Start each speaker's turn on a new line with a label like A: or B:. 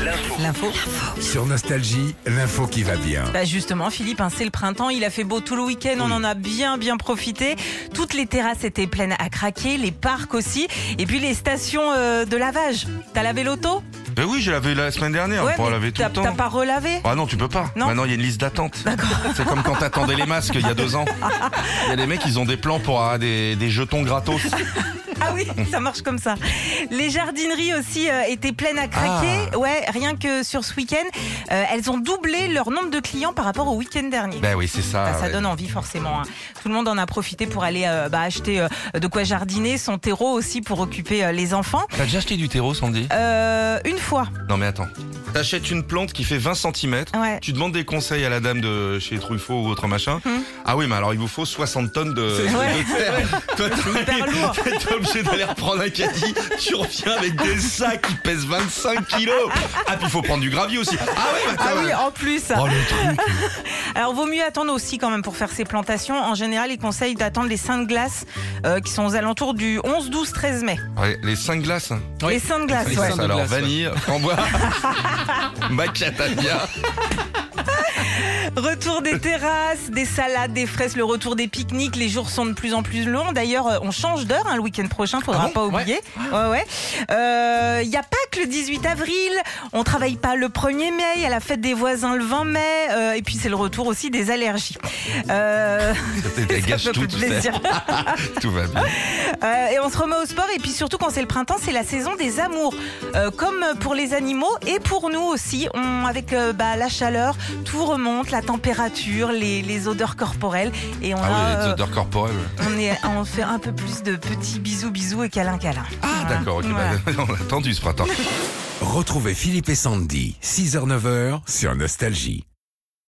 A: L'info.
B: Sur Nostalgie, l'info qui va bien.
A: Bah justement, Philippe, c'est le printemps, il a fait beau tout le week-end, on en a bien profité. Toutes les terrasses étaient pleines à craquer, les parcs aussi, et puis les stations de lavage. T'as lavé l'auto ?
C: Ben oui, j'ai lavé la semaine dernière,
A: Ouais,
C: pour
A: mais
C: laver tout le temps.
A: t'as pas relavé ?
C: Ah non, tu peux pas.
A: Non.
C: Maintenant, il y a une liste d'attente.
A: D'accord.
C: C'est comme quand t'attendais les masques il y a 2 ans. Il y a des mecs, ils ont des plans pour avoir des jetons gratos.
A: Ah oui, ça marche comme ça. Les jardineries aussi étaient pleines à craquer.
C: Ah.
A: Ouais, rien que sur ce week-end, elles ont doublé leur nombre de clients par rapport au week-end dernier.
C: Ben oui, c'est ça.
A: Ça
C: ouais.
A: donne envie forcément. Tout le monde en a profité pour aller acheter de quoi jardiner, son terreau aussi pour occuper les enfants.
C: T'as déjà acheté du terreau, Sandy ?
A: Une fois.
C: Non mais attends. T'achètes une plante qui fait 20 cm,
A: Ouais.
C: tu demandes des conseils à la dame de chez Truffaut ou autre machin. Ah oui, mais alors il vous faut 60 tonnes de terre. Toi,
A: hyper lourd.
C: t'es obligé d'aller reprendre un caddie, tu reviens avec des sacs qui pèsent 25 kilos. Ah, puis il faut prendre du gravier aussi. Ah oui,
A: Ah oui, en plus.
C: Oh le truc.
A: Alors, vaut mieux attendre aussi quand même pour faire ces plantations. En général, ils conseillent d'attendre les seins de glace qui sont aux alentours du 11, 12, 13 mai.
C: Ouais, les 5 glaces.
A: Les seins de glace,
C: Les
A: ouais.
C: glaces, alors vanille, framboise, macadamia.
A: Retour des terrasses, des salades, des fraises, le retour des pique-niques. Les jours sont de plus en plus longs. D'ailleurs, on change d'heure le week-end prochain, faudra pas oublier. Ouais. Il y a pas que le 18 avril. On travaille pas le 1er mai. Il y a la fête des voisins le 20 mai. Et puis c'est le retour aussi des allergies.
C: Ça gâche
A: fait
C: tout,
A: plus
C: tu sais.
A: plaisir.
C: Tout va bien.
A: Et on se remet au sport. Et puis surtout quand c'est le printemps, c'est la saison des amours. Comme pour les animaux et pour nous aussi. Avec la chaleur, tout remonte, la température, les odeurs corporelles. Et on
C: Ah oui, les odeurs corporelles.
A: on fait un peu plus de petits bisous et câlins.
C: Ah d'accord, ok,
A: Voilà.
C: on a attendu ce printemps.
B: Retrouvez Philippe et Sandy, 6h-9h sur Nostalgie.